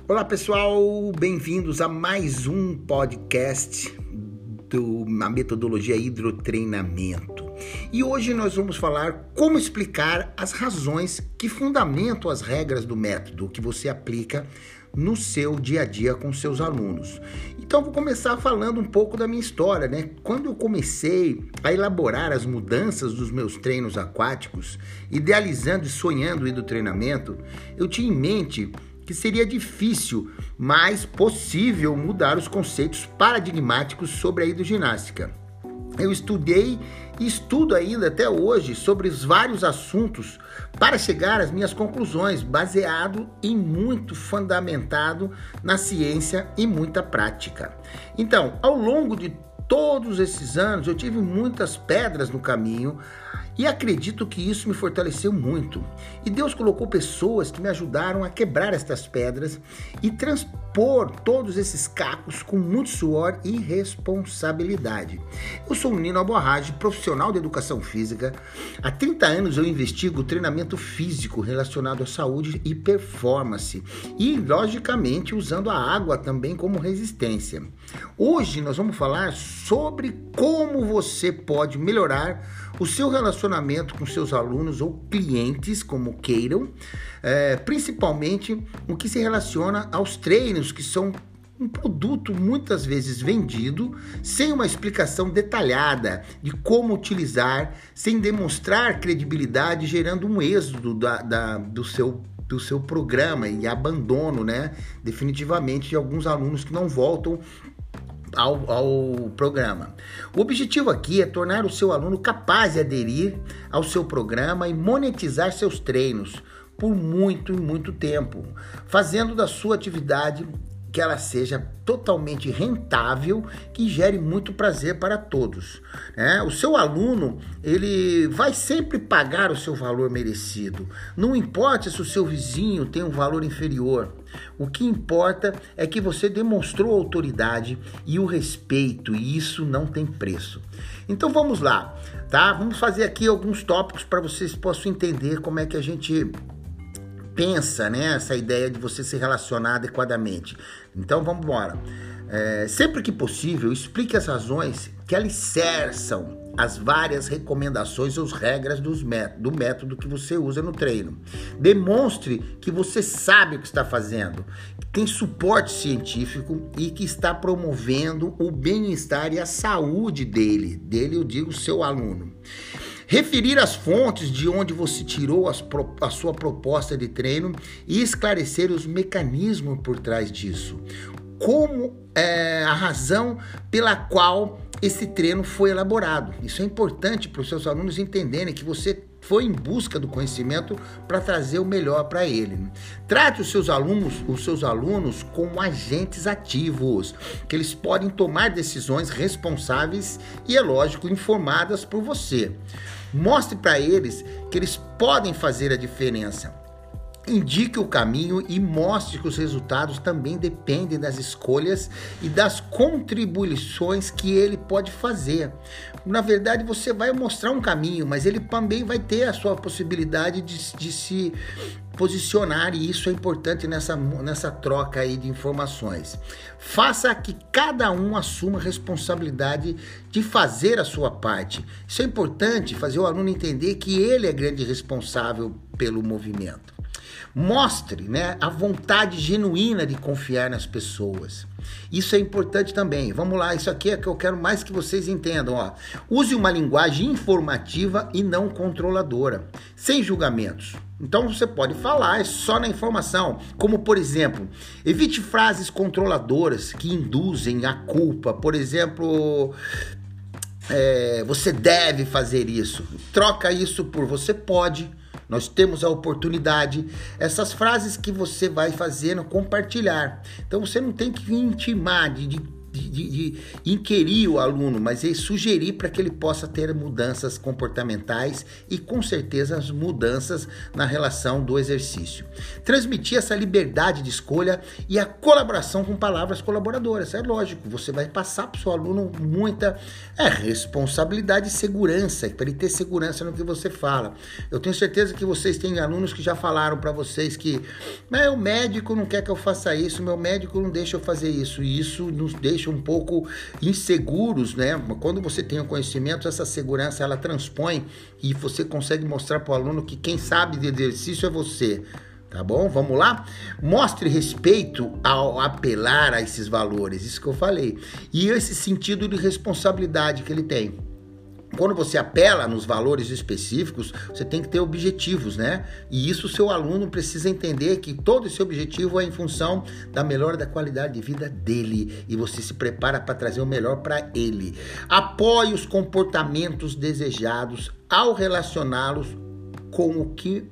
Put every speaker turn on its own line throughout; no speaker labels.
Olá pessoal, bem-vindos a mais um podcast da metodologia hidrotreinamento. E hoje nós vamos falar como explicar as razões que fundamentam as regras do método que você aplica no seu dia a dia com seus alunos. Então vou começar falando um pouco da minha história, né? Quando eu comecei a elaborar as mudanças dos meus treinos aquáticos, idealizando e sonhando o hidrotreinamento, eu tinha em mente que seria difícil, mas possível mudar os conceitos paradigmáticos sobre a hidroginástica. Eu estudei e estudo ainda até hoje sobre os vários assuntos para chegar às minhas conclusões, baseado em muito fundamentado na ciência e muita prática. Então, ao longo de todos esses anos, eu tive muitas pedras no caminho e acredito que isso me fortaleceu muito. E Deus colocou pessoas que me ajudaram a quebrar estas pedras e transpor todos esses cacos com muito suor e responsabilidade. Eu sou o Nino Alborrage, profissional de educação física. Há 30 anos eu investigo o treinamento físico relacionado à saúde e performance. E, logicamente, usando a água também como resistência. Hoje nós vamos falar sobre como você pode melhorar o seu relacionamento com seus alunos ou clientes, como queiram, principalmente no que se relaciona aos treinos, que são um produto muitas vezes vendido, sem uma explicação detalhada de como utilizar, sem demonstrar credibilidade, gerando um êxodo do seu programa e abandono, né, definitivamente, de alguns alunos que não voltam ao programa. O objetivo aqui é tornar o seu aluno capaz de aderir ao seu programa e monetizar seus treinos por muito e muito tempo, fazendo da sua atividade que ela seja totalmente rentável, que gere muito prazer para todos. O seu aluno, ele vai sempre pagar o seu valor merecido. Não importa se o seu vizinho tem um valor inferior. O que importa é que você demonstrou a autoridade e o respeito, e isso não tem preço. Então vamos lá, tá? Vamos fazer aqui alguns tópicos para vocês possam entender como é que a gente pensa, né, essa ideia de você se relacionar adequadamente. Então vamos embora. Sempre que possível, explique as razões que alicerçam as várias recomendações ou regras do método que você usa no treino. Demonstre que você sabe o que está fazendo, que tem suporte científico e que está promovendo o bem-estar e a saúde dele eu digo seu aluno. Referir as fontes de onde você tirou a sua proposta de treino e esclarecer os mecanismos por trás disso. Como a razão pela qual esse treino foi elaborado. Isso é importante para os seus alunos entenderem que você foi em busca do conhecimento para trazer o melhor para ele. Trate os seus alunos como agentes ativos, que eles podem tomar decisões responsáveis e, é lógico, informadas por você. Mostre para eles que eles podem fazer a diferença. Indique o caminho e mostre que os resultados também dependem das escolhas e das contribuições que ele pode fazer. Na verdade, você vai mostrar um caminho, mas ele também vai ter a sua possibilidade de se posicionar, e isso é importante nessa troca aí de informações. Faça que cada um assuma a responsabilidade de fazer a sua parte. Isso é importante, fazer o aluno entender que ele é grande responsável pelo movimento. Mostre, né, a vontade genuína de confiar nas pessoas. Isso é importante também. Vamos lá, isso aqui é que eu quero mais que vocês entendam. Use uma linguagem informativa e não controladora, sem julgamentos. Então você pode falar só na informação, como por exemplo, evite frases controladoras que induzem a culpa. Por exemplo, você deve fazer isso. Troca isso por você pode. Nós temos a oportunidade, essas frases que você vai fazendo, compartilhar. Então você não tem que intimar, de inquirir o aluno, mas sugerir para que ele possa ter mudanças comportamentais e, com certeza, as mudanças na relação do exercício. Transmitir essa liberdade de escolha e a colaboração com palavras colaboradoras. É lógico, você vai passar para o seu aluno muita responsabilidade e segurança, para ele ter segurança no que você fala. Eu tenho certeza que vocês têm alunos que já falaram para vocês que o médico não quer que eu faça isso, meu médico não deixa eu fazer isso, e isso nos deixa um pouco inseguros, né? Quando você tem o conhecimento, essa segurança ela transpõe e você consegue mostrar para o aluno que quem sabe de exercício é você. Tá bom? Vamos lá? Mostre respeito ao apelar a esses valores, isso que eu falei, e esse sentido de responsabilidade que ele tem. Quando você apela nos valores específicos, você tem que ter objetivos, né? E isso o seu aluno precisa entender que todo esse objetivo é em função da melhora da qualidade de vida dele e você se prepara para trazer o melhor para ele. Apoie os comportamentos desejados ao relacioná-los com o que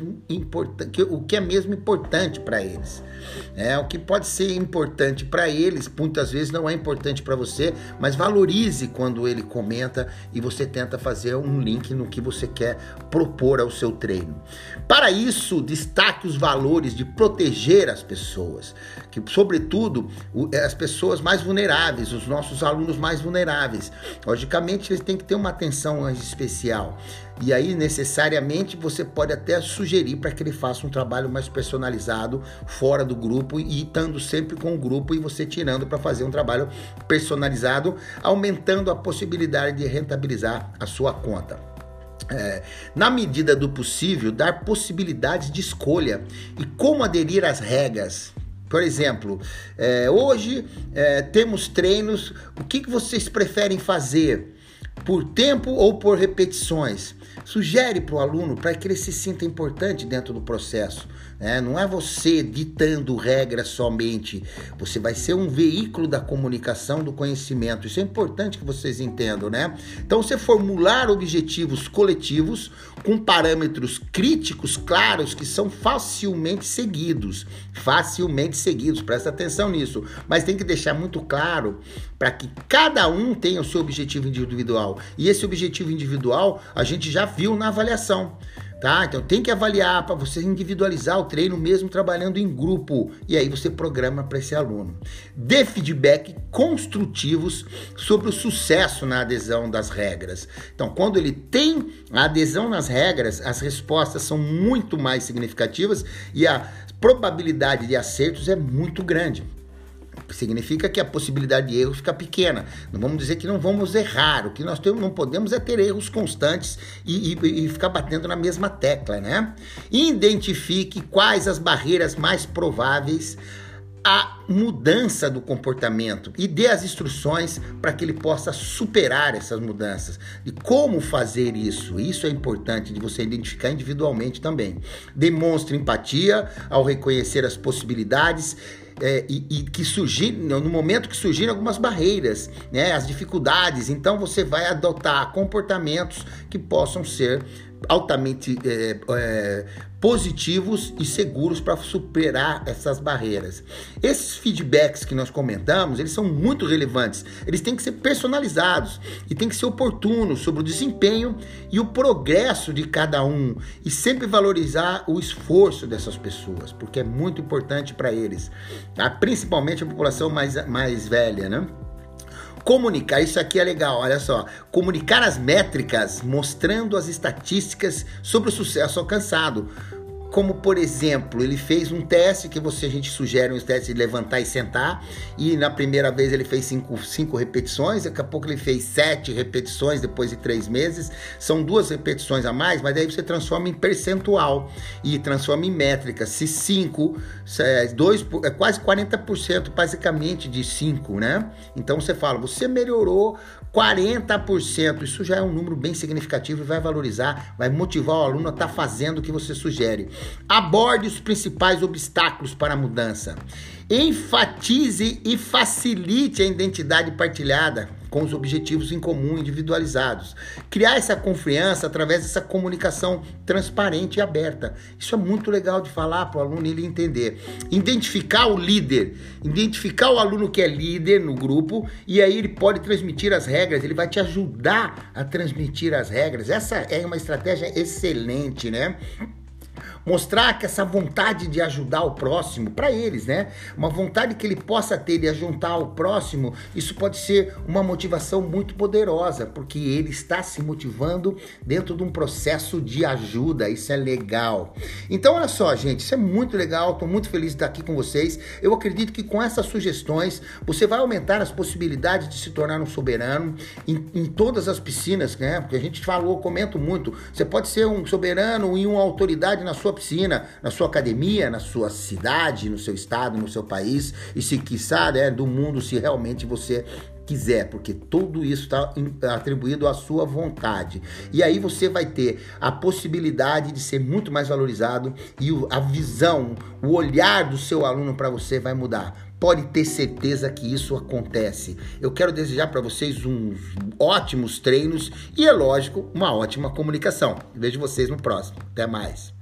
é mesmo importante para eles. O que pode ser importante para eles, muitas vezes não é importante para você, mas valorize quando ele comenta e você tenta fazer um link no que você quer propor ao seu treino. Para isso, destaque os valores de proteger as pessoas, que sobretudo as pessoas mais vulneráveis, os nossos alunos mais vulneráveis. Logicamente, eles têm que ter uma atenção especial. E aí, necessariamente, você pode até sugerir para que ele faça um trabalho mais personalizado fora do grupo e estando sempre com o grupo e você tirando para fazer um trabalho personalizado, aumentando a possibilidade de rentabilizar a sua conta. Na medida do possível, dar possibilidades de escolha e como aderir às regras. Por exemplo, hoje temos treinos, o que vocês preferem fazer? Por tempo ou por repetições? Sugere para o aluno para que ele se sinta importante dentro do processo. Não é você ditando regras somente, você vai ser um veículo da comunicação do conhecimento. Isso é importante que vocês entendam, né? Então, você formular objetivos coletivos com parâmetros críticos claros que são facilmente seguidos, presta atenção nisso, mas tem que deixar muito claro para que cada um tenha o seu objetivo individual, e esse objetivo individual a gente já viu na avaliação. Tá? Então tem que avaliar para você individualizar o treino mesmo trabalhando em grupo, e aí você programa para esse aluno. Dê feedback construtivos sobre o sucesso na adesão das regras. Então, quando ele tem a adesão nas regras, as respostas são muito mais significativas e a probabilidade de acertos é muito grande. Significa que a possibilidade de erro fica pequena. Não vamos dizer que não vamos errar. O que nós não podemos é ter erros constantes e ficar batendo na mesma tecla, né? Identifique quais as barreiras mais prováveis à mudança do comportamento e dê as instruções para que ele possa superar essas mudanças. E como fazer isso? Isso é importante de você identificar individualmente também. Demonstre empatia ao reconhecer as possibilidades e que surgirem, no momento que surgirem algumas barreiras, né, as dificuldades, então você vai adotar comportamentos que possam ser altamente positivos e seguros para superar essas barreiras. Esses feedbacks que nós comentamos, eles são muito relevantes, eles têm que ser personalizados e têm que ser oportunos sobre o desempenho e o progresso de cada um, e sempre valorizar o esforço dessas pessoas, porque é muito importante para eles, tá? Principalmente a população mais velha, né? Comunicar, isso aqui é legal, olha só. Comunicar as métricas, mostrando as estatísticas sobre o sucesso alcançado. Como, por exemplo, ele fez um teste que a gente sugere um teste de levantar e sentar, e na primeira vez ele fez 5 repetições, daqui a pouco ele fez 7 repetições depois de 3 meses, são 2 repetições a mais, mas daí você transforma em percentual e transforma em métrica. Se 5, 2, é quase 40% basicamente de 5, né? Então você fala, você melhorou 40%, isso já é um número bem significativo e vai valorizar, vai motivar o aluno a estar fazendo o que você sugere. Aborde os principais obstáculos para a mudança. Enfatize e facilite a identidade partilhada. com os objetivos em comum individualizados. Criar essa confiança através dessa comunicação transparente e aberta. Isso é muito legal de falar para o aluno ele entender. Identificar o líder, identificar o aluno que é líder no grupo, e aí ele pode transmitir as regras, ele vai te ajudar a transmitir as regras. Essa é uma estratégia excelente, né? Mostrar que essa vontade de ajudar o próximo, para eles, né? Uma vontade que ele possa ter de ajudar o próximo, isso pode ser uma motivação muito poderosa, porque ele está se motivando dentro de um processo de ajuda, isso é legal. Então, olha só, gente, isso é muito legal, estou muito feliz de estar aqui com vocês. Eu acredito que com essas sugestões, você vai aumentar as possibilidades de se tornar um soberano em todas as piscinas, né? Porque a gente falou, comento muito, você pode ser um soberano e uma autoridade na sua piscina, na sua academia, na sua cidade, no seu estado, no seu país, e se quiçá, né, do mundo, se realmente você quiser, porque tudo isso está atribuído à sua vontade. E aí você vai ter a possibilidade de ser muito mais valorizado e a visão, o olhar do seu aluno para você vai mudar. Pode ter certeza que isso acontece. Eu quero desejar para vocês uns ótimos treinos e, é lógico, uma ótima comunicação. Vejo vocês no próximo. Até mais.